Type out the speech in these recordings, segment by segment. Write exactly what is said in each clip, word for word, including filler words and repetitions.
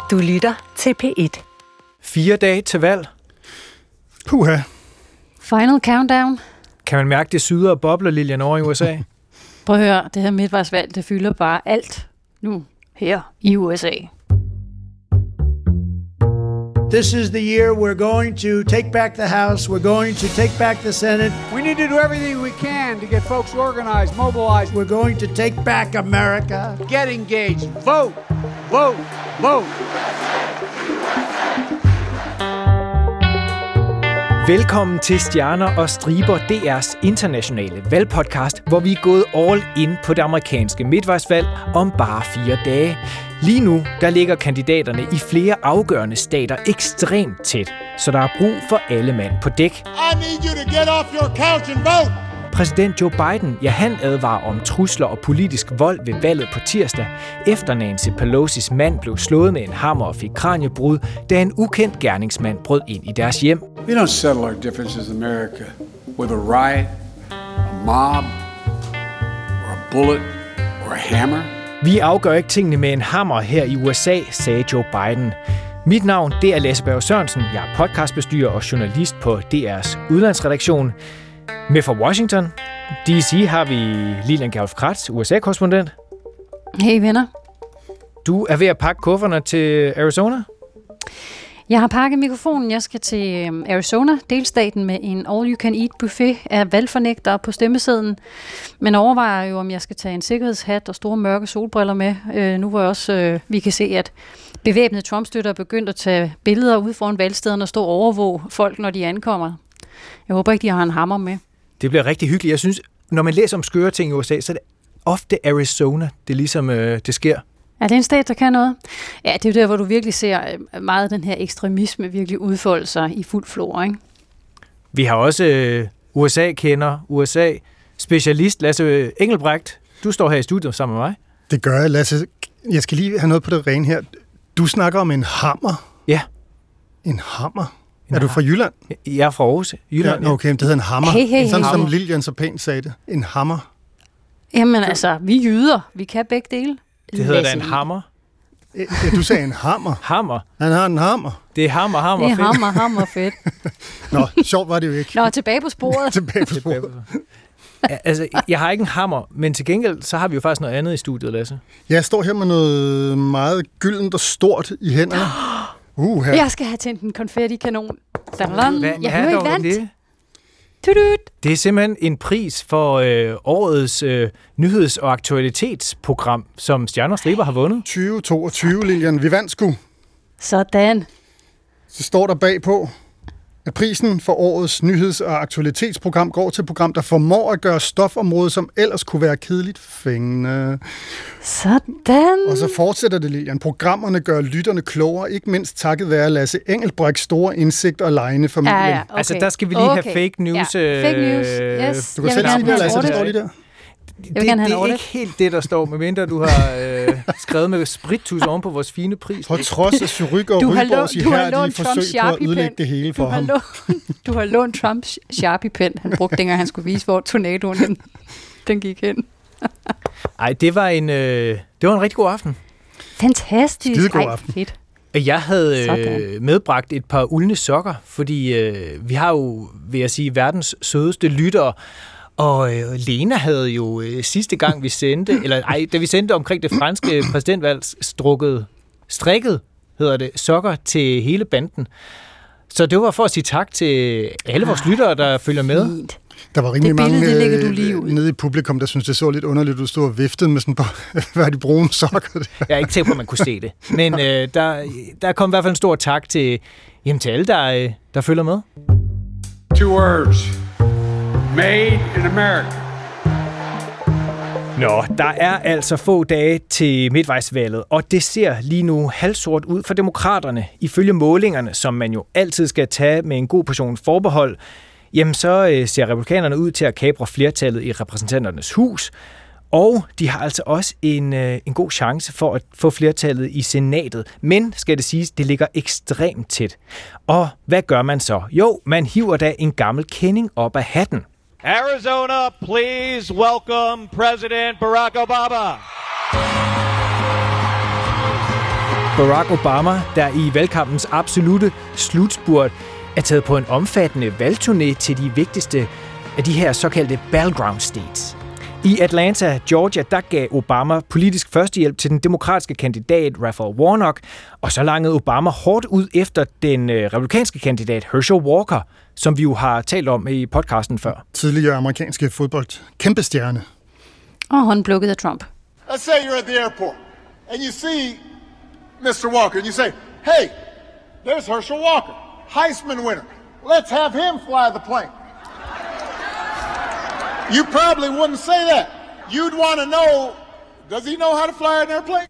Du lytter til P et. Fire dage til valg. Puha. Final countdown. Kan man mærke det syder og bobler, Lilian, over i U S A? Prøv at høre, det her midtvejsvalg, det fylder bare alt nu her i U S A. This is the year we're going to take back the House. We're going to take back the Senate. We need to do everything we can to get folks organized, mobilized. We're going to take back America. Get engaged. Vote. Vote. Vote. Velkommen til Stjerner og Striber, D R's internationale valgpodcast, hvor vi er gået all in på det amerikanske midtvejsvalg om bare fire dage. Lige nu, der ligger kandidaterne i flere afgørende stater ekstremt tæt, så der er brug for alle mand på dæk. I need you to get off your couch and vote. Præsident Joe Biden, ja, han advarer om trusler og politisk vold ved valget på tirsdag, efter Nancy Pelosi's mand blev slået med en hammer og fik kraniebrud, da en ukendt gerningsmand brød ind i deres hjem. We don't settle our differences in America with a riot, a mob, or a bullet, or a hammer. Vi afgør ikke tingene med en hammer her i U S A, sagde Joe Biden. Mit navn, det er Lasse Berg Sørensen. Jeg er podcastbestyrer og journalist på D R's udlandsredaktion. Med fra Washington, D C, har vi Lilian Gerolf Kratz, U S A-korrespondent. Hey venner. Du er ved at pakke kufferne til Arizona? Jeg har pakket mikrofonen. Jeg skal til Arizona, delstaten, med en all-you-can-eat buffet af valgfornægtere på stemmesedlen. Men overvejer jo, om jeg skal tage en sikkerhedshat og store mørke solbriller med. Øh, nu hvor også øh, vi kan se, at bevæbnede Trump-støtter er begyndt at tage billeder ud foran valgstederne og stå og overvåge folk, når de ankommer. Jeg håber ikke, de har en hammer med. Det bliver rigtig hyggeligt. Jeg synes, når man læser om skøre ting i U S A, så er det ofte Arizona, det ligesom øh, det sker. Ja, det er en stat, der kan noget. Ja, det er der, hvor du virkelig ser meget af den her ekstremisme virkelig udfolde sig i fuld flor, ikke? Vi har også øh, U S A-kender, U S A-specialist Lasse Engelbrecht. Du står her i studiet sammen med mig. Det gør jeg, Lasse. Jeg skal lige have noget på det rene her. Du snakker om en hammer. Ja. En hammer? En er du fra Jylland? Jeg er fra Aarhus. Jylland, ja, okay, det hedder en hammer. Hey, hey, Sådan hey. som Lilian så pænt sagde det. En hammer. Jamen altså, vi jyder. Vi kan begge dele. Det hedder da en hammer. Ja, du sagde en hammer. Hammer. Han har en hammer. Det er hammer, hammer, fedt. Det er hammer, hammer, fedt. Nå, sjovt var det jo ikke. Nå, tilbage på sporet. tilbage på sporet. Ja, altså, jeg har ikke en hammer, men til gengæld, så har vi jo faktisk noget andet i studiet, Lasse. Jeg står her med noget meget gyldent og stort i hænderne. Uh, her. Jeg skal have tændt en konfettikanon. Hvad jeg hører, I vandt. Det? Det er simpelthen en pris for øh, årets øh, nyheds- og aktualitetsprogram, som Stjerner og Striber har vundet. tyve toogtyve, Lilian. Vi vandt sgu. Sådan. Så står der bagpå, at prisen for årets nyheds- og aktualitetsprogram går til et program, der formår at gøre stofområdet, som ellers kunne være kedeligt, fængende. Sådan. Og så fortsætter det, Lilian. Programmerne gør lytterne klogere, ikke mindst takket være Lasse Engelbrechts store indsigt og lejende familien. Ja, ja, okay. Altså, der skal vi lige okay. have fake news. Ja. Fake news, yes. Du kan selv sige det, Lasse, det står lige der. Det, det er ikke helt det, der står, medmindre du har øh, skrevet med sprittus oven på vores fine pris. På trods af Suryk og Ryborgs ihærdige forsøg på at ødelægge det hele for du ham. Lånt, du har lånt Trumps Sharpie-pen, han brugte dengang, han skulle vise, hvor tornadoen den, den gik hen. Ej, det var en øh, det var en rigtig god aften. Fantastisk. Skidegod aften. Fedt. Jeg havde øh, medbragt et par uldne sokker, fordi øh, vi har jo, vil jeg sige, verdens sødeste lyttere. Og øh, Lena havde jo øh, sidste gang vi sendte, eller ej, da vi sendte omkring det franske præsidentvalg, strukket, strikket, hedder det, sokker til hele banden. Så det var for at sige tak til alle vores lyttere, der følger med. Fint. Der var rimelig det mange billede, du lige ud. nede i publikum, der synes det så lidt underligt, du stod og viftede med sådan på, hvad er de brune sokker? Jeg er ikke sikker på, at man kunne se det. Men øh, der, der kom i hvert fald en stor tak til, jamen, til alle, der, der følger med. Two words. Made in America. Nå, der er altså få dage til midtvejsvalget, og det ser lige nu halvsort ud for demokraterne. Ifølge målingerne, som man jo altid skal tage med en god portion forbehold, jamen så øh, ser republikanerne ud til at kapre flertallet i repræsentanternes hus, og de har altså også en, øh, en god chance for at få flertallet i senatet. Men, skal det siges, det ligger ekstremt tæt. Og hvad gør man så? Jo, man hiver da en gammel kending op af hatten. Arizona, please welcome President Barack Obama. Barack Obama, der i valgkampens absolute slutspurt er taget på en omfattende valgturné til de vigtigste af de her såkaldte battleground states. I Atlanta, Georgia, der gav Obama politisk førstehjælp til den demokratiske kandidat Raphael Warnock, og så langede Obama hårdt ud efter den republikanske kandidat Herschel Walker, som vi jo har talt om i podcasten før. Tidligere amerikanske fodbold. Kæmpe stjerne. Og håndplukket af Trump. Let's say you're at the airport, and you see mister Walker, and you say, hey, there's Herschel Walker, Heisman winner. Let's have him fly the plane. You probably wouldn't say that. You'd want to know, does he know how to fly an airplane?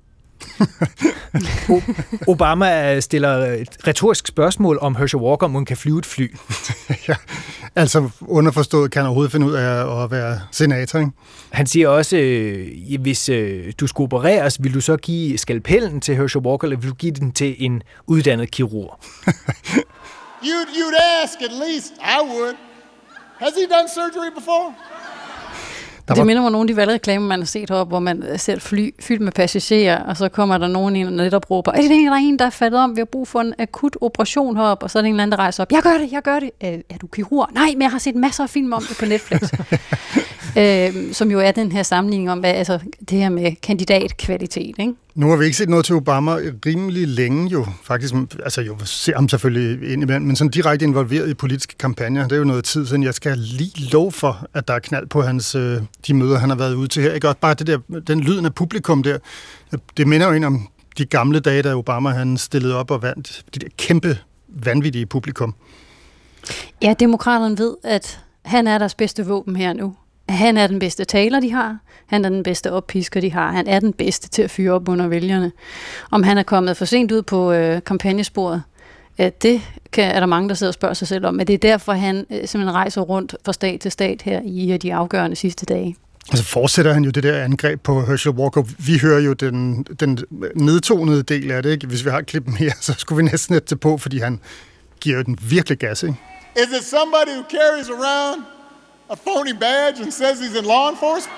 Obama stiller et retorisk spørgsmål om Herschel Walker, om hun kan flyve et fly. Ja, altså underforstået kan han overhovedet finde ud af at være senator, ikke? Han siger også, øh, hvis øh, du skulle opereres, vil du så give skalpellen til Herschel Walker, eller vil du give den til en uddannet kirurg? you'd, you'd ask at least, I would. Has he done surgery before? Det var... minder mig nogle af de valgreklamer, man har set heroppe, hvor man ser et fly fyldt med passagerer, og så kommer der nogen ind og netop råber, er det en, der er en, der er faldet om, vi har brug for en akut operation heroppe, og så er det en eller anden, der rejser op, jeg gør det, jeg gør det, er, er du kirurg? Nej, men jeg har set masser af film om det på Netflix. øh, som jo er den her sammenligning om, hvad, altså det her med kandidatkvalitet, ikke? Nu har vi ikke set noget til Obama rimelig længe jo, faktisk, altså jo ser ham selvfølgelig ind imellem, men sådan direkte involveret i politiske kampagner, det er jo noget tid siden. Jeg skal lige lov for, at der er knald på hans, de møder, han har været ude til her. Ikke? Og bare det der, den lyden af publikum der, det minder jo en om de gamle dage, da Obama han stillede op og vandt, de der kæmpe, vanvittige publikum. Ja, demokraterne ved, at han er deres bedste våben her nu. Han er den bedste taler, de har. Han er den bedste oppisker, de har. Han er den bedste til at fyre op under vælgerne. Om han er kommet for sent ud på øh, kampagnesporet, øh, det kan, er der mange, der sidder og spørger sig selv om. Men det er derfor, han øh, simpelthen rejser rundt fra stat til stat her i øh, de afgørende sidste dage. Altså fortsætter han jo det der angreb på Herschel Walker. Vi hører jo den, den nedtonede del af det, ikke? Hvis vi har et klip mere, så skulle vi næsten nætte på, fordi han giver jo den virkelig gas, ikke? Is it somebody who carries around a phony badge and says he's in law enforcement?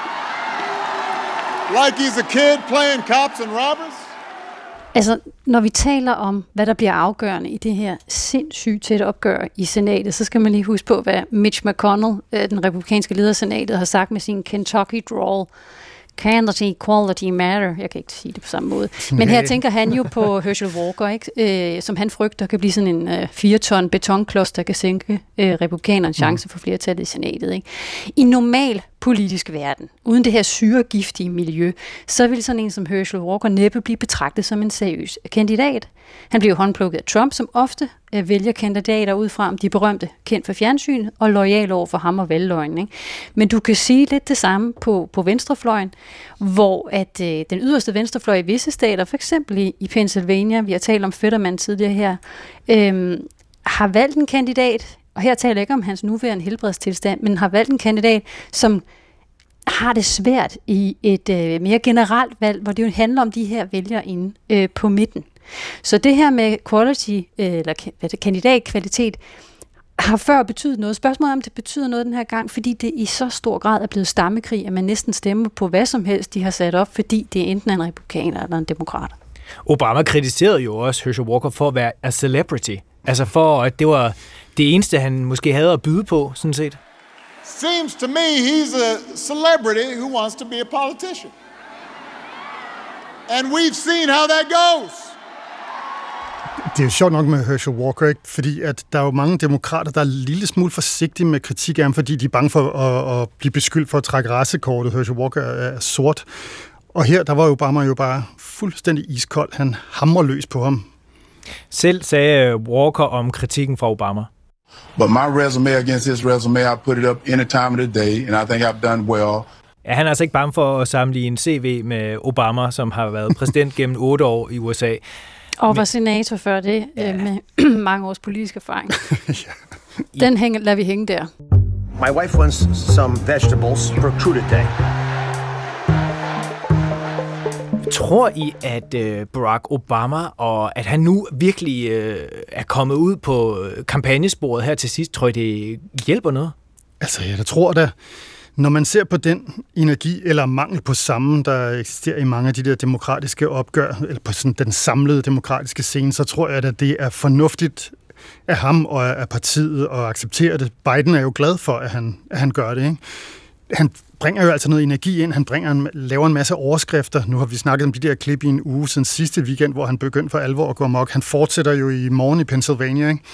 Like he's a kid playing cops and robbers? Altså, når vi taler om, hvad der bliver afgørende i det her sindssygt tætte opgør i senatet, så skal man lige huske på, hvad Mitch McConnell, den republikanske leder af senatet, har sagt med sin Kentucky drawl. Quantity, quality matter. Jeg kan ikke sige det på samme måde. Men her tænker han jo på Herschel Walker, ikke? Øh, som han frygter kan blive sådan en øh, fire ton betonklods, der kan sænke øh, republikanernes chance for flertallet i senatet. Ikke? I normal politisk verden, uden det her syregiftige miljø, så vil sådan en som Herschel Walker næppe blive betragtet som en seriøs kandidat. Han bliver håndplukket af Trump, som ofte øh, vælger kandidater ud fra om de berømte, kendt for fjernsyn og loyale over for ham og valgløgnen. Ikke? Men du kan sige lidt det samme på, på venstrefløjen, hvor at øh, den yderste venstrefløj i visse stater, for eksempel i, i Pennsylvania, vi har talt om Fetterman tidligere her, øh, har valgt en kandidat, og her taler jeg ikke om hans nuværende helbredstilstand, men har valgt en kandidat, som har det svært i et øh, mere generelt valg, hvor det jo handler om de her vælgere inde øh, på midten. Så det her med quality, øh, eller kandidatkvalitet, har før betydet noget. Spørgsmålet om det betyder noget den her gang, fordi det i så stor grad er blevet stammekrig, at man næsten stemmer på hvad som helst, de har sat op, fordi det er enten en republikaner eller en demokrat. Obama kritiserede jo også Herschel Walker for at være a celebrity. Altså for, at det var det eneste, han måske havde at byde på, sådan set. Seems to me he's a celebrity who wants to be a politician. And we've seen how that goes. Det er jo sjovt nok med Herschel Walker, ikke? Fordi at der er jo mange demokrater, der er en lille smule forsigtige med kritik af ham, fordi de er bange for at, at blive beskyldt for at trække racekortet. Herschel Walker er sort. Og her, der var Obama jo bare fuldstændig iskold. Han hamrer løs på ham. Selv sagde Walker om kritikken fra Obama. But my resume against his resume, I put it up any time of the day, and I think I've done well. Ja, han er altså ikke bange for at sammenligne C V med Obama, som har været præsident gennem otte år i U S A. Og var senator før det, ja. øh, med mange års politisk erfaring. ja. Den hænger, lader vi hænge der. My wife wants some vegetables for crude day. Tror I, at øh, Barack Obama, og at han nu virkelig øh, er kommet ud på kampagnesporet her til sidst, tror I, det hjælper noget? Altså, jeg tror da, Når man ser på den energi eller mangel på samme, der eksisterer i mange af de der demokratiske opgør, eller på sådan den samlede demokratiske scene, så tror jeg, at det er fornuftigt af ham og af partiet at acceptere det. Biden er jo glad for, at han, at han gør det, ikke? Han bringer jo altså noget energi ind, han bringer en, laver en masse overskrifter. Nu har vi snakket om de der klip i en uge siden sidste weekend, hvor han begyndte for alvor at gå amok. Han fortsætter jo i morgen i Pennsylvania, ikke?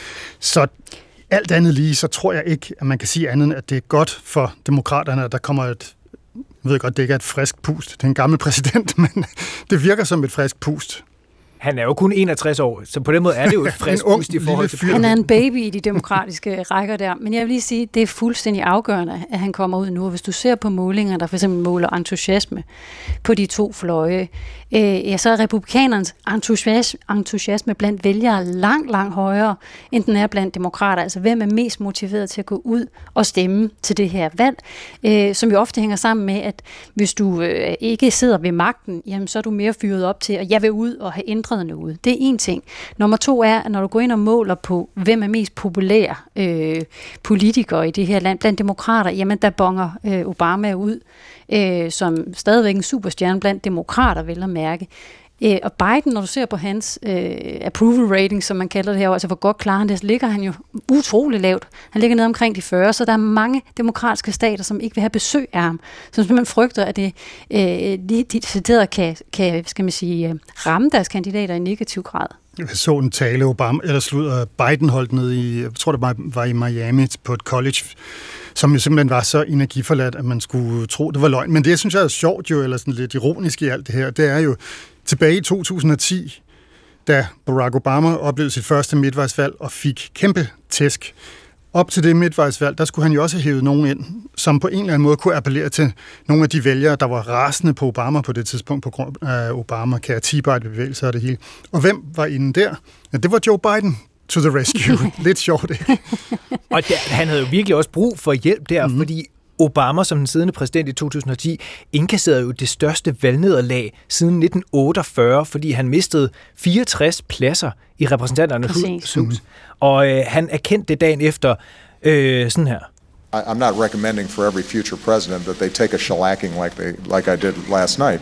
Så alt andet lige, så tror jeg ikke, at man kan sige andet end, at det er godt for demokraterne, at der kommer et, jeg ved godt, det ikke er et frisk pust. Det er en gammel præsident, men det virker som et frisk pust. Han er jo kun enogtres år, så på den måde er det jo et frisk pust i forhold til... Han er en baby i de demokratiske rækker der, men jeg vil lige sige, det er fuldstændig afgørende, at han kommer ud nu. Og hvis du ser på målinger, der for eksempel måler entusiasme på de to fløje, øh, ja, så er republikanernes entusiasme, entusiasme blandt vælgere langt, langt højere, end den er blandt demokrater. Altså, hvem er mest motiveret til at gå ud og stemme til det her valg, øh, som jo ofte hænger sammen med, at hvis du øh, ikke sidder ved magten, jamen, så er du mere fyret op til, at jeg vil ud og have ændret noget. Det er en ting. Nummer to er, at når du går ind og måler på, hvem er mest populær øh, politikere i det her land, blandt demokrater, jamen der bonger øh, Obama ud, øh, som stadigvæk en superstjerne blandt demokrater, vel at mærke. Øh, og Biden, når du ser på hans øh, approval rating, som man kalder det her, altså hvor godt klarer han det, så ligger han jo utrolig lavt. Han ligger nede omkring de fyrre, så der er mange demokratiske stater, som ikke vil have besøg af ham, som simpelthen frygter, at det øh, de decideret kan, kan skal man sige, ramme deres kandidater i negativ grad. Jeg så en tale, Obama, eller slutter Biden holdt ned i, jeg tror det var, var i Miami på et college, som jo simpelthen var så energiforladt, at man skulle tro, det var løgn. Men det, jeg synes jeg er sjovt jo, eller sådan lidt ironisk i alt det her, det er jo tilbage i to tusind og ti, da Barack Obama oplevede sit første midtvejsvalg og fik kæmpe tæsk. Op til det midtvejsvalg, der skulle han jo også have hævet nogen ind, som på en eller anden måde kunne appellere til nogle af de vælgere, der var rasende på Obama på det tidspunkt, på grund af Obama, Tea Party-bevægelser og det hele. Og hvem var inde der? Ja, det var Joe Biden to the rescue. Lidt sjovt, ikke? Og der, han havde jo virkelig også brug for hjælp der, mm-hmm. fordi Obama som den siddende præsident i to tusind og ti indkasserede jo det største valgnederlag siden nitten otteogfyrre, fordi han mistede fireogtres pladser i repræsentanternes hus. Mm-hmm. Og øh, han erkendte det dagen efter øh, sådan her. I'm not recommending for every future president that they take a shellacking like they like I did last night.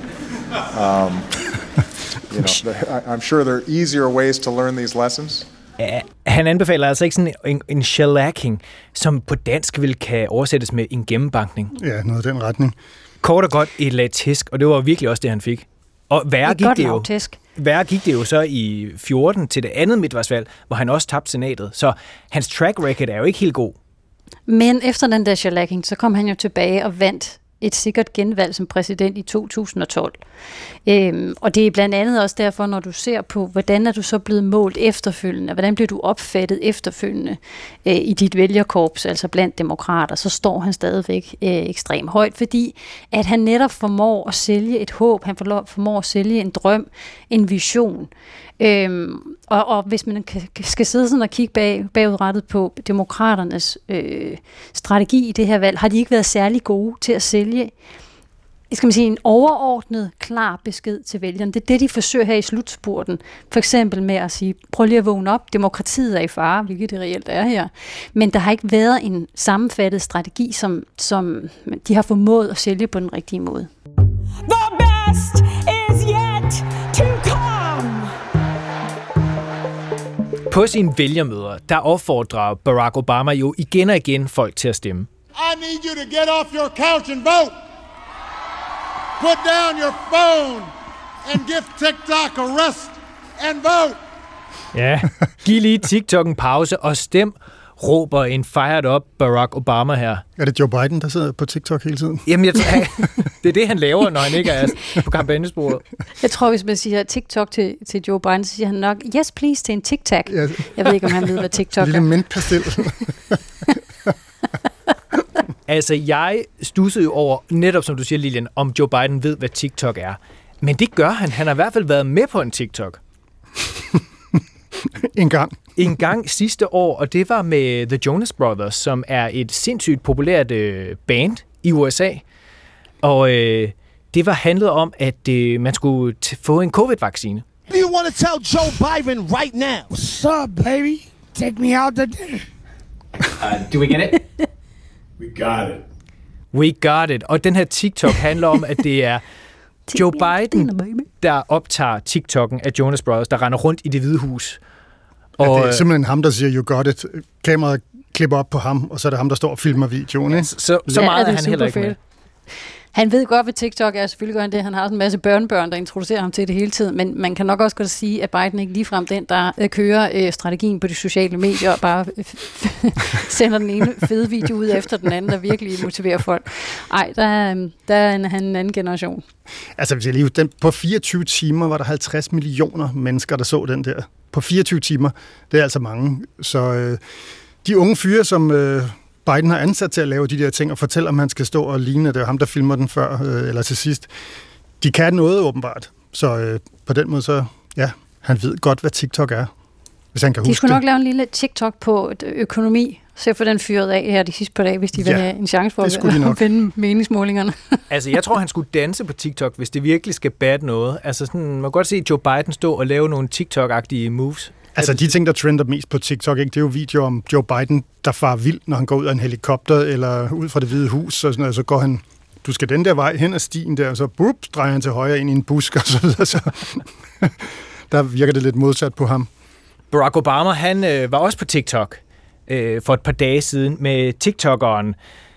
Um, you know, I'm sure there are easier ways to learn these lessons. Ja, han anbefaler altså ikke sådan en, en shellacking, som på dansk vil kan oversættes med en gennembankning. Ja, noget af den retning. Kort og godt et lag tæsk, og det var virkelig også det, han fik. Og værre gik, det jo, værre gik det jo så i fjorten til det andet midtvejsvalg, hvor han også tabte senatet. Så hans track record er jo ikke helt god. Men efter den der shellacking, så kom han jo tilbage og vandt et sikkert genvalg som præsident i to tusind og tolv. Øhm, og det er blandt andet også derfor, når du ser på, hvordan er du så blevet målt efterfølgende, hvordan bliver du opfattet efterfølgende øh, i dit vælgerkorps, altså blandt demokrater, så står han stadigvæk øh, ekstremt højt, fordi at han netop formår at sælge et håb, han formår at sælge en drøm, en vision. Øhm, og, og hvis man kan, skal sidde sådan og kigge bag, bagudrettet på demokraternes øh, strategi i det her valg, har de ikke været særlig gode til at sælge, skal man sige, en overordnet, klar besked til vælgerne. Det er det, de forsøger her i slutspurten. For eksempel med at sige, prøv lige at vågne op, demokratiet er i fare, hvilket det reelt er her. Men der har ikke været en sammenfattet strategi, som, som de har formået at sælge på den rigtige måde. The best is yet to come! På sine vælgermøder, der opfordrer Barack Obama jo igen og igen folk til at stemme. I need you to get off your couch and vote. Put down your phone and give TikTok a rest and vote. Ja, giv lige TikTok en pause og stem, råber en fired up Barack Obama her. Er det Joe Biden, der sidder på TikTok hele tiden? Jamen, jeg tror, det er det, han laver, når han ikke er på kampagnesporet. Jeg tror, hvis man siger TikTok til, til Joe Biden, så siger han nok, yes please, til en TikTok. Ja. Jeg ved ikke, om han ved, hvad TikTok er. Lille mintpastil. Altså, jeg stussede jo over, netop som du siger, Lilian, om Joe Biden ved, hvad TikTok er. Men det gør han. Han har i hvert fald været med på en TikTok. En gang. En gang sidste år, og det var med The Jonas Brothers, som er et sindssygt populært øh, band i U S A. Og øh, det var handlet om, at øh, man skulle t- få en covid-vaccine. Do you want to tell Joe Biden right now? What's up, baby? Take me out to dinner. Uh, do we get it? We got it. We got it. Og den her TikTok handler om, at det er Joe Biden, der optager TikToken af Jonas Brothers, der render rundt i Det Hvide Hus. Og ja, det er simpelthen ham, der siger, you got it. Kameraet klipper op på ham, og så er det ham, der står og filmer videoen. Ikke? Så, så, så meget ja, er han heller ikke med. Han ved godt, hvad TikTok er. Selvfølgelig gør han det. Han har også en masse børnebørn, der introducerer ham til det hele tiden. Men man kan nok også godt sige, at Biden ikke ligefrem den, der øh, kører øh, strategien på de sociale medier og bare øh, sender den ene fede video ud efter den anden, der virkelig motiverer folk. Ej, der, øh, der er han en anden generation. Altså, hvis jeg lige, den, på fireogtyve timer var der halvtreds millioner mennesker, der så den der. På fireogtyve timer. Det er altså mange. Så øh, de unge fyre, som... Øh, Biden har ansat til at lave de der ting og fortælle, om han skal stå og ligne, det er ham, der filmer den før øh, eller til sidst. De kan noget åbenbart. Så øh, på den måde, så ja, han ved godt, hvad TikTok er, hvis han kan de huske det. De skulle nok lave en lille TikTok på økonomi, så få den fyret af her de sidste par dage, hvis de ja, vil have en chance for at finde meningsmålingerne. Altså, jeg tror, han skulle danse på TikTok, hvis det virkelig skal batte noget. Altså, sådan, man kan godt se Joe Biden stå og lave nogle TikTok-agtige moves. Altså, de ting, der trender mest på TikTok, ikke, det er jo videoer om Joe Biden, der farer vild, når han går ud af en helikopter, eller ud fra Det Hvide Hus, og sådan noget, så går han, du skal den der vej hen ad stien der, og så bup, drejer han til højre ind i en busk, og så videre. Så der virker det lidt modsat på ham. Barack Obama, han øh, var også på TikTok øh, for et par dage siden med TikTokeren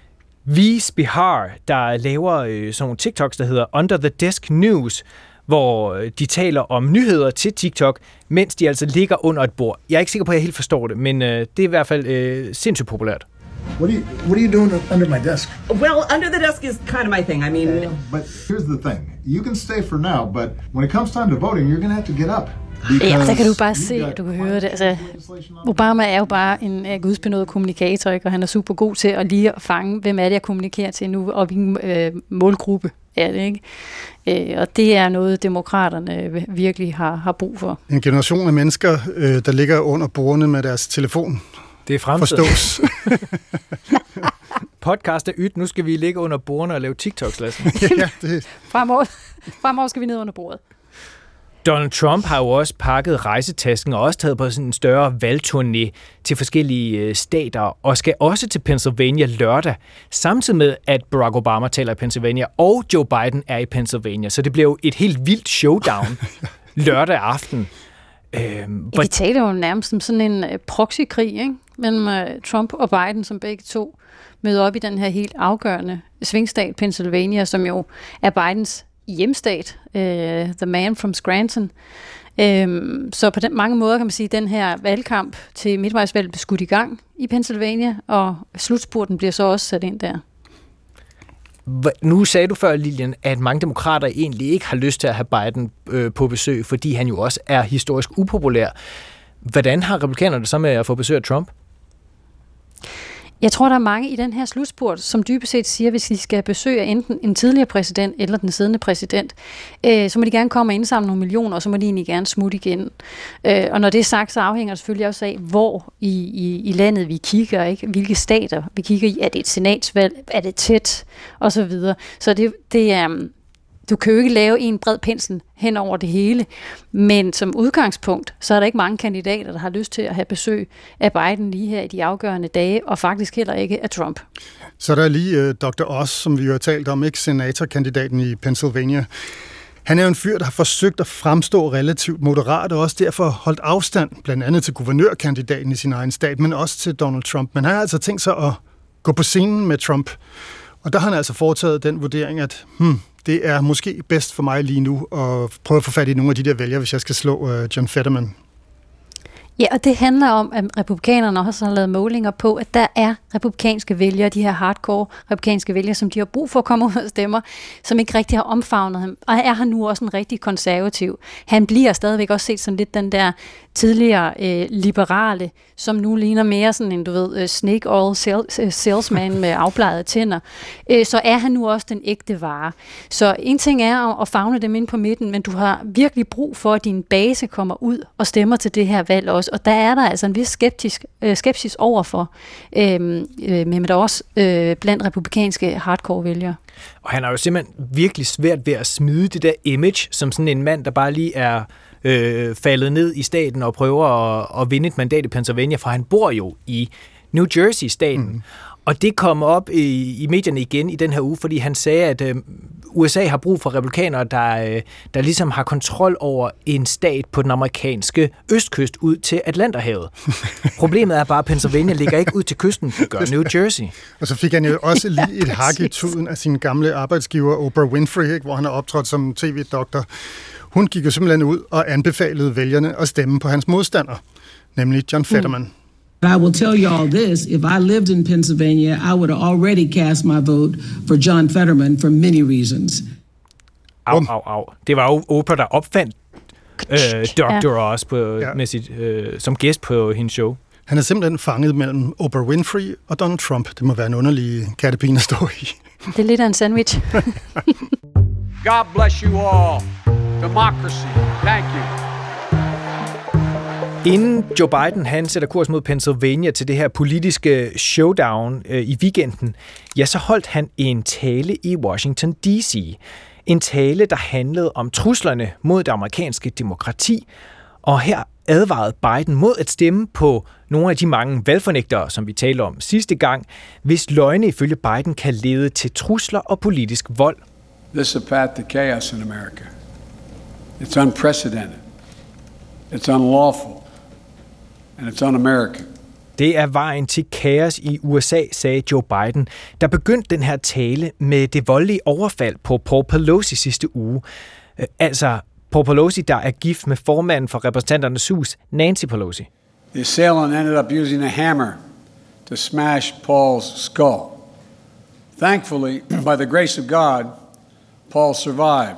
Vis Bihar, der laver øh, sådan nogle TikToks, der hedder Under the Desk News, hvor de taler om nyheder til TikTok, mens de altså ligger under et bord. Jeg er ikke sikker på, at jeg helt forstår det, men øh, det er i hvert fald øh, sindssygt populært. What are you What are you doing under my desk? Well, under the desk is kind of my thing. I mean, yeah, but here's the thing: you can stay for now, but when it comes time to voting, you're gonna have to get up. Ja, så kan du bare se, du kan høre det. Altså, Obama er jo bare en uh, gudsbenået kommunikator, ikke? Og han er super god til at lige at fange, hvem er det, jeg kommunikerer til nu, og hvilken øh, målgruppe er det, ikke? Øh, og det er noget, demokraterne virkelig har, har brug for. En generation af mennesker, øh, der ligger under bordene med deres telefon. Det er fremtiden. Forstås. Podcast er ydt. Nu skal vi ligge under bordene og lave TikToks, Lasse. Ja, det... fremover, fremover skal vi ned under bordet. Donald Trump har jo også pakket rejsetasken og også taget på sådan en større valgturné til forskellige stater og skal også til Pennsylvania lørdag, samtidig med, at Barack Obama taler i Pennsylvania, og Joe Biden er i Pennsylvania. Så det bliver jo et helt vildt showdown lørdag aften. Øhm, ja, de taler jo nærmest om sådan en proxykrig, ikke? Mellem Trump og Biden, som begge to møder op i den her helt afgørende svingstat Pennsylvania, som jo er Bidens hjemstat, uh, The Man from Scranton. Um, så på den mange måder kan man sige, at den her valgkamp til midtvejsvalget blev skudt i gang i Pennsylvania, og slutspurten bliver så også sat ind der. Nu sagde du før, Lilian, at mange demokrater egentlig ikke har lyst til at have Biden øh, på besøg, fordi han jo også er historisk upopulær. Hvordan har republikanerne det så med at få besøg af Trump? Jeg tror, der er mange i den her slutspurt, som dybest set siger, hvis de skal besøge enten en tidligere præsident eller den siddende præsident, øh, så må de gerne komme og indsamle nogle millioner, og så må de egentlig gerne smutte igen. Øh, og når det er sagt, så afhænger det selvfølgelig også af, hvor i, i, i landet vi kigger, ikke? Hvilke stater vi kigger i. Er det et senatsvalg? Er det tæt? Og så videre. Så det, det er... Du kan jo ikke lave en bred pensel hen over det hele, men som udgangspunkt, så er der ikke mange kandidater, der har lyst til at have besøg af Biden lige her i de afgørende dage, og faktisk heller ikke af Trump. Så er der lige uh, doktor Oz, som vi jo har talt om, ikke senatorkandidaten i Pennsylvania. Han er jo en fyr, der har forsøgt at fremstå relativt moderat, og også derfor holdt afstand, blandt andet til guvernørkandidaten i sin egen stat, men også til Donald Trump. Men han har altså tænkt sig at gå på scenen med Trump, og der har han altså foretaget den vurdering, at hmm, det er måske bedst for mig lige nu at prøve at få fat i nogle af de der vælgere, hvis jeg skal slå uh, John Fetterman. Ja, og det handler om, at republikanerne også har lavet målinger på, at der er republikanske vælgere, de her hardcore republikanske vælgere, som de har brug for at komme ud og stemmer, som ikke rigtig har omfavnet ham. Og er han nu også en rigtig konservativ. Han bliver stadigvæk også set som lidt den der tidligere øh, liberale, som nu ligner mere sådan en, du ved, snake oil salesman med afblegede tænder. Øh, så er han nu også den ægte vare. Så en ting er at favne dem ind på midten, men du har virkelig brug for, at din base kommer ud og stemmer til det her valg også. Og der er der altså en vis skeptisk, øh, skepsis overfor, øh, øh, men også øh, blandt republikanske hardcore-vælgere. Og han har jo simpelthen virkelig svært ved at smide det der image, som sådan en mand, der bare lige er øh, faldet ned i staten og prøver at, at vinde et mandat i Pennsylvania, for han bor jo i New Jersey-staten. Mm. Og det kom op i, i medierne igen i den her uge, fordi han sagde, at øh, U S A har brug for republikanere, der, øh, der ligesom har kontrol over en stat på den amerikanske østkyst ud til Atlanterhavet. Problemet er bare, at Pennsylvania ligger ikke ud til kysten, det gør New Jersey. Og så fik han jo også lige et hak i tuden af sin gamle arbejdsgiver, Oprah Winfrey, ikke, hvor han har optrådt som tv-doktor. Hun gik jo simpelthen ud og anbefalede vælgerne at stemme på hans modstander, nemlig John Fetterman. Mm. I will tell you all this, if I lived in Pennsylvania, I would have already cast my vote for John Fetterman for many reasons. Au, au, au. Det var jo Oprah, der opfandt øh, Doctor ja. Oz på, ja. med sit, øh, som gæst på hendes show. Han er simpelthen fanget mellem Oprah Winfrey og Donald Trump. Det må være en underlig kattepine at stå i. Det er lidt af en sandwich. God bless you all. Democracy. Thank you. Inden Joe Biden han sætter kurs mod Pennsylvania til det her politiske showdown øh, i weekenden, ja, så holdt han en tale i Washington D C. En tale, der handlede om truslerne mod det amerikanske demokrati. Og her advarede Biden mod at stemme på nogle af de mange valgfornægtere, som vi talte om sidste gang, hvis løgne ifølge Biden kan lede til trusler og politisk vold. This is a path to chaos in America. It's unprecedented. It's unlawful. And it's un-American. Det er vejen til kaos i U S A, sagde Joe Biden, der begyndte den her tale med det voldelige overfald på Paul Pelosi sidste uge. Altså Paul Pelosi, der er gift med formanden for repræsentanternes hus, Nancy Pelosi. The assailant ended up using a hammer to smash Paul's skull. Thankfully, by the grace of God, Paul survived.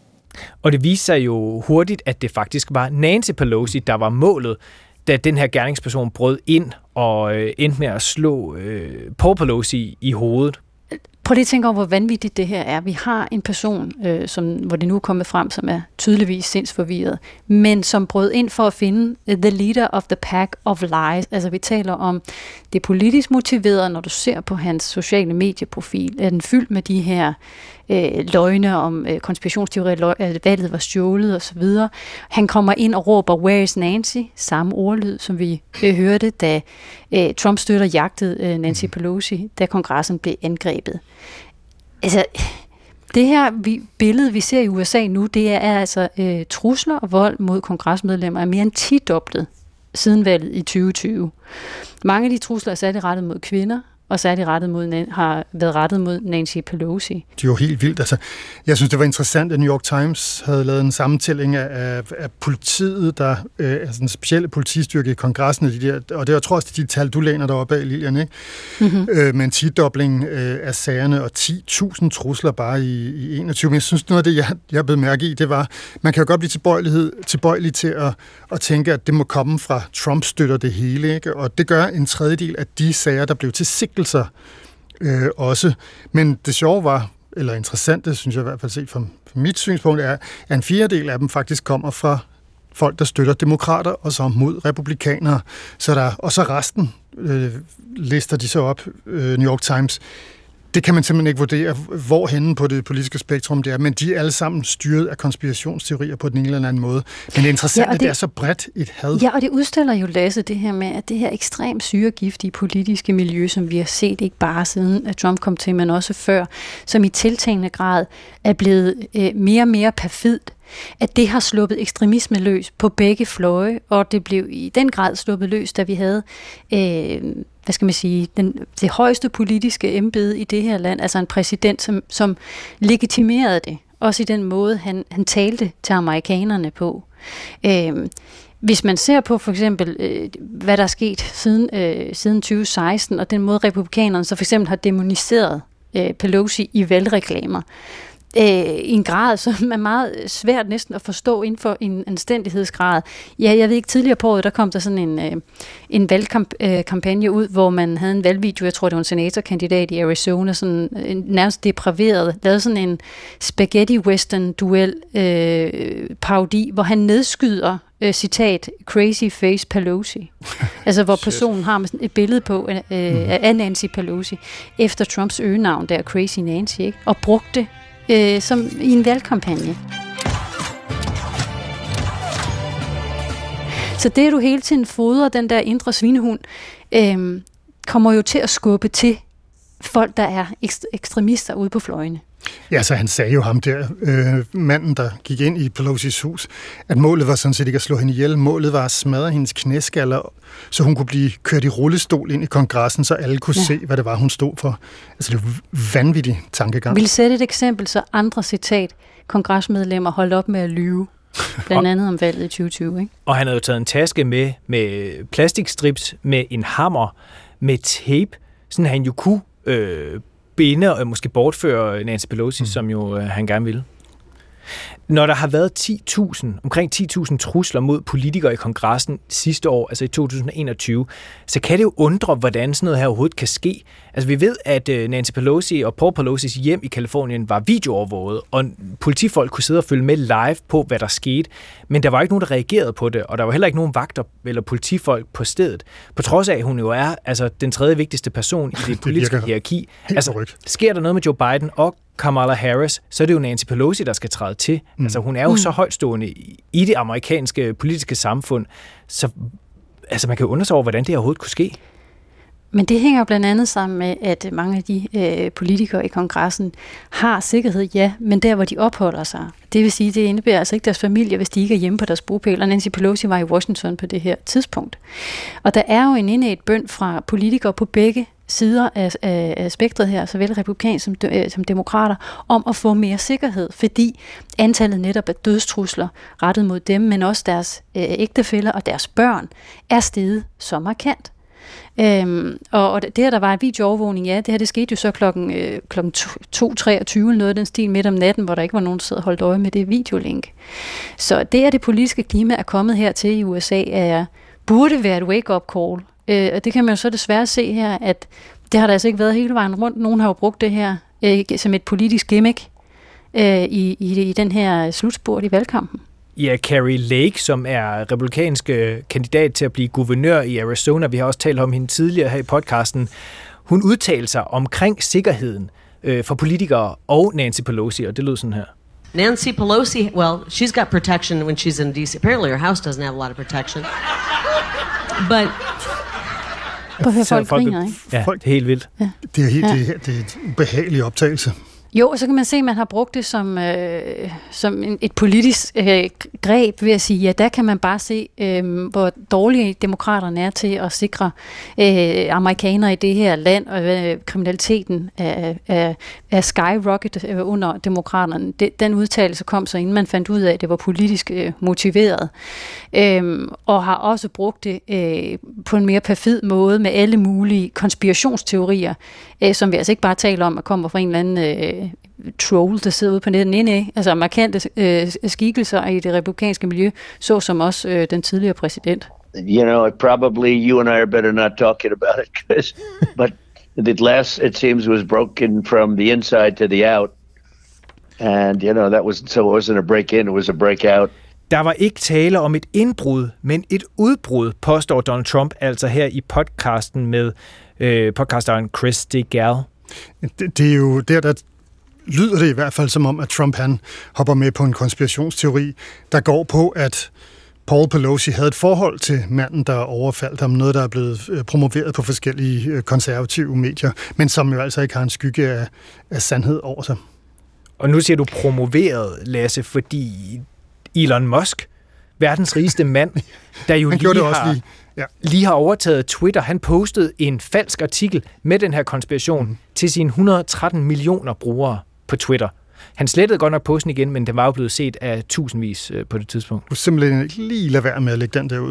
Og det viste sig jo hurtigt, at det faktisk var Nancy Pelosi, der var målet, da den her gerningsperson brød ind og øh, endte med at slå øh, Paul Pelosi i hovedet. Prøv lige at tænke over, hvor vanvittigt det her er. Vi har en person, øh, som, hvor det nu er kommet frem, som er tydeligvis sindsforvirret, men som brød ind for at finde the leader of the pack of lies. Altså vi taler om det politisk motiverede, når du ser på hans sociale medieprofil. Er den fyldt med de her øh, løgne om øh, konspirationsteorier, at valget var stjålet osv. Han kommer ind og råber, where is Nancy? Samme ordlyd, som vi øh, hørte, da øh, Trump støtter jagtede øh, Nancy Pelosi, da kongressen blev angrebet. Altså, det her vi, billede, vi ser i U S A nu, det er altså øh, trusler og vold mod kongresmedlemmer er mere end tidoblet siden valget i tyve tyve. Mange af de trusler er særligt rettet mod kvinder, og særligt rettet mod, har været rettet mod Nancy Pelosi. Det er jo helt vildt. Altså, jeg synes, det var interessant, at New York Times havde lavet en sammentælling af, af politiet, der øh, altså en specielle politistyrke i kongressen, de der, og det er, jeg tror også, det er de tal, du læner deroppe af, Lilian, ikke? Mm-hmm. Øh, med en tidobling øh, af sagerne og ti tusind trusler bare i, i enogtyve. Men jeg synes, noget af det, jeg, jeg blev mærke i, det var, man kan jo godt blive tilbøjelighed, tilbøjelig til at, at tænke, at det må komme fra Trump støtter det hele, ikke? Og det gør en tredjedel af de sager, der blev til sigtelser øh, også. Men det sjove var, eller interessante, synes jeg i hvert fald set fra, fra mit synspunkt, er, at en fjerdedel af dem faktisk kommer fra folk, der støtter demokrater, og så mod republikanere. Så der, og så resten øh, lister de så op, øh, New York Times. Det kan man simpelthen ikke vurdere, hvor henne på det politiske spektrum det er, men de er alle sammen styret af konspirationsteorier på den ene eller anden måde. Men det er interessant, ja, det, at det er så bredt et had. Ja, og det udstiller jo, Lasse, det her med, at det her ekstremt syregiftige politiske miljø, som vi har set ikke bare siden at Trump kom til, men også før, som i tiltagende grad er blevet øh, mere og mere perfidt, at det har sluppet ekstremisme løs på begge fløje, og det blev i den grad sluppet løs, da vi havde øh, hvad skal man sige, den, det højeste politiske embede i det her land, altså en præsident, som, som legitimerede det, også i den måde, han, han talte til amerikanerne på. Øh, Hvis man ser på for eksempel, øh, hvad der er sket siden, øh, siden tyve seksten, og den måde republikanerne så for eksempel har demoniseret øh, Pelosi i valgreklamer, øh, i en grad, som er meget svært næsten at forstå inden for en anstændighedsgrad. Ja, jeg ved ikke, tidligere på året, der kom der sådan en, øh, en valgkampagne ud, hvor man havde en valgvideo, jeg tror, det var en senatorkandidat i Arizona, sådan en, nærmest depraveret, lavede sådan en spaghetti-western-duel øh, parodi, hvor han nedskyder Øh, citat, crazy face Pelosi. Altså, hvor personen har med et billede på øh, af Nancy Pelosi, efter Trumps øgenavn, der Crazy Nancy, ikke? Og brugte det øh, som i en valgkampagne. Så det, du hele tiden fodrer, den der indre svinehund, øh, kommer jo til at skubbe til folk, der er ekstremister ude på fløjene. Ja, så han sagde jo ham der, øh, manden, der gik ind i Pelosi's hus, at målet var sådan set ikke at slå hende ihjel. Målet var at smadre hendes knæskaller, så hun kunne blive kørt i rullestol ind i kongressen, så alle kunne ja. se, hvad det var, hun stod for. Altså, det er jo vanvittig tankegang. Vil sætte et eksempel, så andre citat, kongresmedlemmer holdt op med at lyve. Blandt andet om valget i tyve tyve, ikke? Og han havde jo taget en taske med, med plastikstrips, med en hammer, med tape, sådan han jo kunne øh, binde og måske bortføre Nancy Pelosi, mm. som jo øh, han gerne ville. Når der har været ti tusind, omkring ti tusind trusler mod politikere i kongressen sidste år, altså i to tusind og enogtyve, så kan det jo undre, hvordan sådan noget her overhovedet kan ske. Altså vi ved, at Nancy Pelosi og Paul Pelosis hjem i Kalifornien var videoovervåget, og politifolk kunne sidde og følge med live på, hvad der skete, men der var ikke nogen, der reagerede på det, og der var heller ikke nogen vagter eller politifolk på stedet, på trods af, at hun jo er altså, den tredje vigtigste person i det politiske det hierarki. Altså, sker der noget med Joe Biden og Kamala Harris, så er det jo Nancy Pelosi, der skal træde til. Mm. Altså, hun er jo mm. så højtstående i det amerikanske politiske samfund, så altså, man kan jo undre sig over, hvordan det overhovedet kunne ske. Men det hænger blandt andet sammen med, at mange af de øh, politikere i kongressen har sikkerhed, ja, men der, hvor de opholder sig. Det vil sige, det indebærer altså ikke deres familie, hvis de ikke er hjemme på deres bopæl. Og Nancy Pelosi var i Washington på det her tidspunkt. Og der er jo en indædt bøn fra politikere på begge sider af, af, af spektret her, såvel republikanere som, øh, som demokrater, om at få mere sikkerhed, fordi antallet netop af dødstrusler rettet mod dem, men også deres øh, ægtefæller og deres børn, er steget så markant. Øhm, og, og det her, der var en videoovervågning, ja, det her, det skete jo så klokken, øh, klokken to treogtyve, noget af den stil midt om natten, hvor der ikke var nogen, der sad og holdt øje med det videolink. Så det, at det politiske klima er kommet her til i U S A, er, burde være et wake-up call. Øh, og det kan man jo så desværre se her, at det har der altså ikke været hele vejen rundt. Nogen har jo brugt det her øh, som et politisk gimmick øh, i, i, i den her slutspurt i valgkampen. Ja, Carrie Lake, som er republikansk kandidat til at blive guvernør i Arizona, vi har også talt om hende tidligere her i podcasten, hun udtalte sig omkring sikkerheden øh, for politikere og Nancy Pelosi, og det lød sådan her. Nancy Pelosi, well, she's got protection when she's in D C. Apparently her house doesn't have a lot of protection. But Prøv at høre, folk griner, ikke? Ja, det er helt vildt. Ja. Det er helt ja. det, det er en behagelig optagelse. Jo, og så kan man se, at man har brugt det som, øh, som en, et politisk øh, greb ved at sige, ja, der kan man bare se, øh, hvor dårlige demokraterne er til at sikre øh, amerikanere i det her land, og øh, kriminaliteten er, er, er skyrocket under demokraterne. Det, den udtalelse kom så, inden man fandt ud af, at det var politisk øh, motiveret, øh, og har også brugt det øh, på en mere perfid måde med alle mulige konspirationsteorier, øh, som vi altså ikke bare taler om, at kommer fra en eller anden øh, troll, der sidder ude på nettet. Nej, nej. Altså markante øh, skikkelser i det republikanske miljø, så som også øh, den tidligere præsident. You know, probably you and I are better not talking about it, because, but the glass, it seems, was broken from the inside to the out. And, you know, that was, so it wasn't a break-in, it was a break-out. Der var ikke tale om et indbrud, men et udbrud, påstår Donald Trump altså her i podcasten med øh, podcasteren Chris DeGale. Det, det er jo der, der lyder det i hvert fald som om, at Trump han hopper med på en konspirationsteori, der går på, at Paul Pelosi havde et forhold til manden, der overfaldt ham, noget, der er blevet promoveret på forskellige konservative medier, men som jo altså ikke har en skygge af, af sandhed over sig. Og nu siger du promoveret, Lasse, fordi Elon Musk, verdens rigeste mand, der jo lige har, lige. Ja. lige har overtaget Twitter, han postede en falsk artikel med den her konspiration mm. til sine et hundrede og tretten millioner brugere på Twitter. Han slettede godt nok posten igen, men den var jo blevet set af tusindvis på det tidspunkt. Du simpelthen ikke lige lade være med at lægge den derud.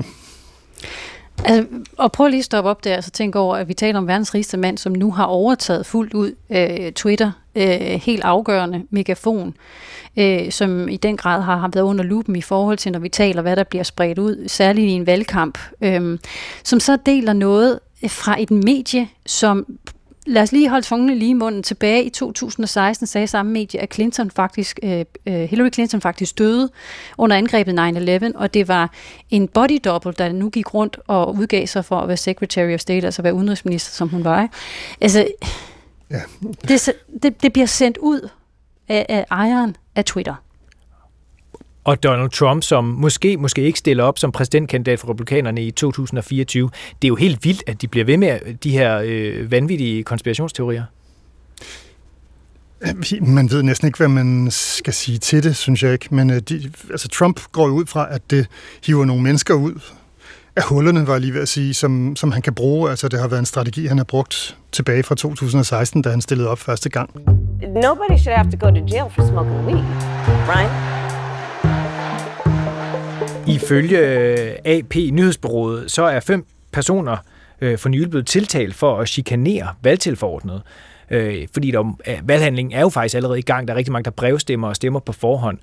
Altså, og prøv lige at stoppe op der og så tænke over, at vi taler om verdens rigeste mand, som nu har overtaget fuldt ud øh, Twitter, øh, helt afgørende megafon, øh, som i den grad har, har været under lupen i forhold til, når vi taler, hvad der bliver spredt ud, særligt i en valgkamp, øh, som så deler noget fra et medie, som lad os lige holde tungene lige i munden. Tilbage i to tusind og seksten sagde samme medie, at Clinton faktisk, øh, Hillary Clinton faktisk døde under angrebet nine eleven, og det var en body double, der nu gik rundt og udgav sig for at være Secretary of State, altså være udenrigsminister, som hun var. Altså, ja. det, det, det bliver sendt ud af, af ejeren af Twitter. Og Donald Trump, som måske, måske ikke stiller op som præsidentkandidat for republikanerne i to tusind og fireogtyve. Det er jo helt vildt, at de bliver ved med de her øh, vanvittige konspirationsteorier. Man ved næsten ikke, hvad man skal sige til det, synes jeg ikke. Men de, altså Trump går ud fra, at det hiver nogle mennesker ud af hullerne, var jeg lige ved at sige, som, som han kan bruge. Altså det har været en strategi, han har brugt tilbage fra to tusind og seksten, da han stillede op første gang. Nobody should have to go to jail for smoking weed, right? Ifølge A P Nyhedsbureauet, så er fem personer øh, for nylig blevet tiltalt for at chikanere valgtilforordnede. Øh, fordi der, valghandlingen er jo faktisk allerede i gang. Der er rigtig mange, der brevstemmer og stemmer på forhånd.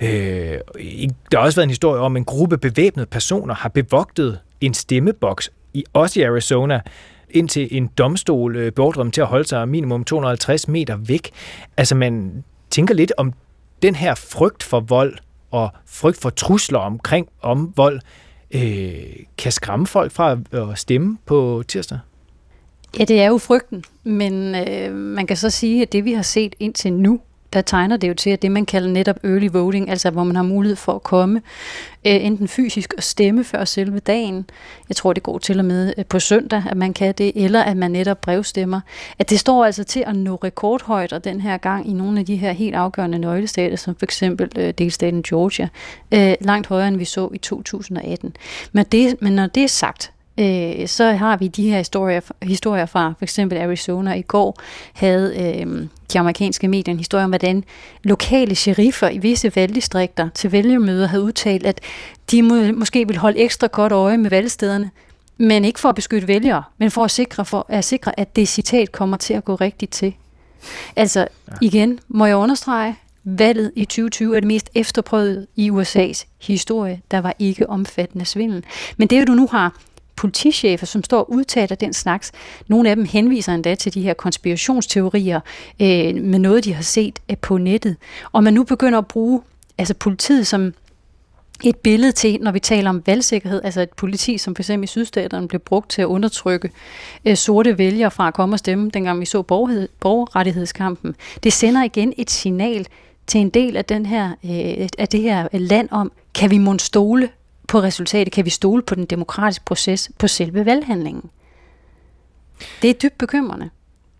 Øh, der har også været en historie om, at en gruppe bevæbnede personer har bevogtet en stemmeboks, i, også i Arizona, indtil en domstol øh, beordrede dem til at holde sig minimum to hundrede og halvtreds meter væk. Altså man tænker lidt om den her frygt for vold og frygt for trusler omkring om vold øh, kan skræmme folk fra at stemme på tirsdag. Ja, det er jo frygten, men øh, man kan så sige, at det vi har set indtil nu, der tegner det jo til, at det man kalder netop early voting, altså hvor man har mulighed for at komme øh, enten fysisk og stemme før selve dagen, jeg tror det går til og med øh, på søndag, at man kan det, eller at man netop brevstemmer, at det står altså til at nå rekordhøjder den her gang i nogle af de her helt afgørende nøglestater, som for eksempel øh, delstaten Georgia, øh, langt højere end vi så i to tusind og atten. Men, det, men når det er sagt, så har vi de her historier, historier fra for eksempel Arizona. I går havde øh, de amerikanske medier en historie om, hvordan lokale sheriffer i visse valgdistrikter til vælgermøder havde udtalt, at de må, måske vil holde ekstra godt øje med valgstederne, men ikke for at beskytte vælgere, men for at sikre, for at sikre, at det citat kommer til at gå rigtigt til. Altså, ja. Igen må jeg understrege, valget i tyve tyve er det mest efterprøvede i U S A's historie. Der var ikke omfattende svindel. Men det, du nu har politichefer, som står og udtaler den slags. Nogle af dem henviser endda til de her konspirationsteorier øh, med noget, de har set øh, på nettet. Og man nu begynder at bruge altså politiet som et billede til, når vi taler om valgsikkerhed, altså et politi, som for eksempel i sydstaterne blev brugt til at undertrykke øh, sorte vælgere fra at komme og stemme, dengang vi så borgerhed, borgerrettighedskampen. Det sender igen et signal til en del af, den her, øh, af det her land om, kan vi mon stole på resultatet, kan vi stole på den demokratiske proces, på selve valghandlingen. Det er dybt bekymrende.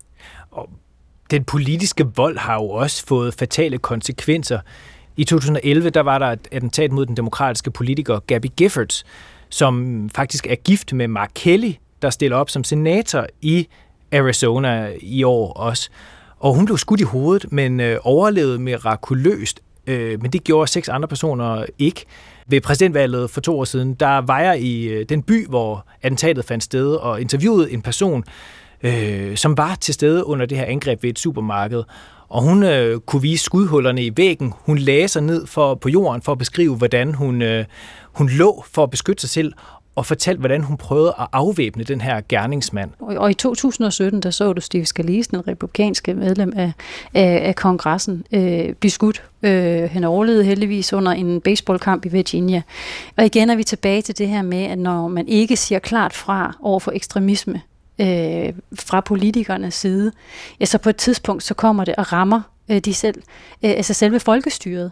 Og den politiske vold har jo også fået fatale konsekvenser. I to tusind og elleve der var der et attentat mod den demokratiske politiker Gabby Giffords, som faktisk er gift med Mark Kelly, der stiller op som senator i Arizona i år også. Og hun blev skudt i hovedet, men øh, overlevede mirakuløst. Øh, men det gjorde seks andre personer ikke. Ved præsidentvalget for to år siden, der var jeg i den by, hvor attentatet fandt sted, og interviewede en person, øh, som var til stede under det her angreb ved et supermarked. Og hun øh, kunne vise skudhullerne i væggen. Hun lagde sig ned for, på jorden for at beskrive, hvordan hun, øh, hun lå for at beskytte sig selv, og fortalte, hvordan hun prøvede at afvæbne den her gerningsmand. Og, og i to tusind og sytten, der så du Steve Scalise, den republikanske medlem af, af, af kongressen, øh, blive skudt. Øh, han overlevede heldigvis under en baseballkamp i Virginia. Og igen er vi tilbage til det her med, at når man ikke siger klart fra over for ekstremisme øh, fra politikernes side, ja, så på et tidspunkt, så kommer det og rammer øh, de selv, øh, altså selve folkestyret.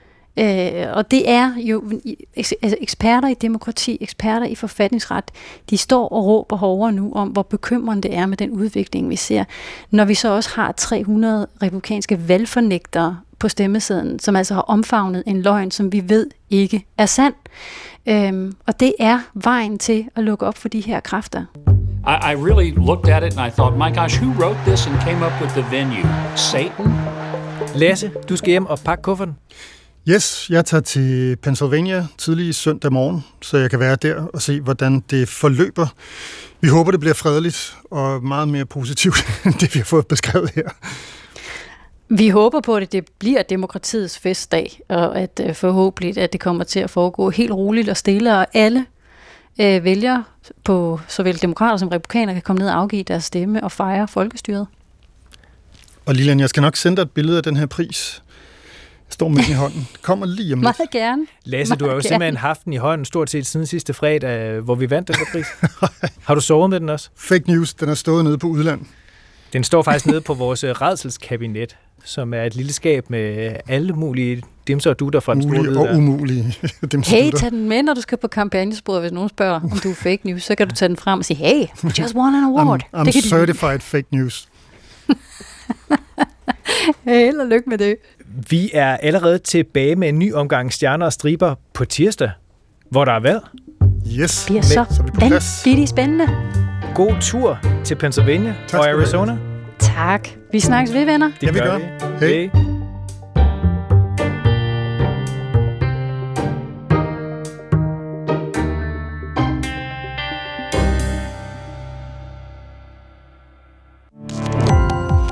Øh, og det er jo altså eksperter i demokrati, eksperter i forfatningsret, de står og råber hårdere nu om, hvor bekymrende det er med den udvikling, vi ser. Når vi så også har tre hundrede republikanske valgfornægtere på stemmesedlen, som altså har omfavnet en løgn, som vi ved ikke er sand. Øhm, og det er vejen til at lukke op for de her kræfter. I, I really looked at it and I thought, my gosh, who wrote this and came up with the venue? Satan? Lasse, du skal hjem og pakke kufferten. Yes, jeg tager til Pennsylvania tidlig søndag morgen, så jeg kan være der og se, hvordan det forløber. Vi håber, det bliver fredeligt og meget mere positivt, end det vi har fået beskrevet her. Vi håber på, at det bliver demokratiets festdag, og at uh, forhåbentlig, at det kommer til at foregå helt roligt og stille, og alle uh, vælgere på såvel demokrater som republikanere kan komme ned og afgive deres stemme og fejre folkestyret. Og Lilian, jeg skal nok sende dig et billede af den her pris. Jeg står med den i hånden. Kommer lige om lidt. Meget gerne. Lasse, Meget du har jo gerne. simpelthen haft den i hånden stort set siden sidste fredag, hvor vi vandt den her pris. Har du sovet med den også? Fake news, den er stået nede på udland. Den står faktisk nede på vores rædselskabinet, som er et lille skab med alle mulige dimser og dutter fra den store Mulige og der. umulige dimser Hey, tag den med, når du skal på kampagnesporet. Hvis nogen spørger, om du er fake news, så kan du tage den frem og sige, hey, we just won an award. I'm, I'm certified de... fake news. Held og lykke med det. Vi er allerede tilbage med en ny omgang Stjerner og Striber på tirsdag, hvor der er valg. Yes. Det bliver så, så vanvittigt spændende. God tur til Pennsylvania tak, og Arizona. Tak. Vi snakkes ved, venner. Det ja, vi gør. Vi. Hej. Hey.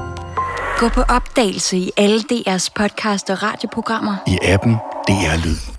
Gå på opdagelse i alle D R's podcast og radioprogrammer. I appen D R Lyd.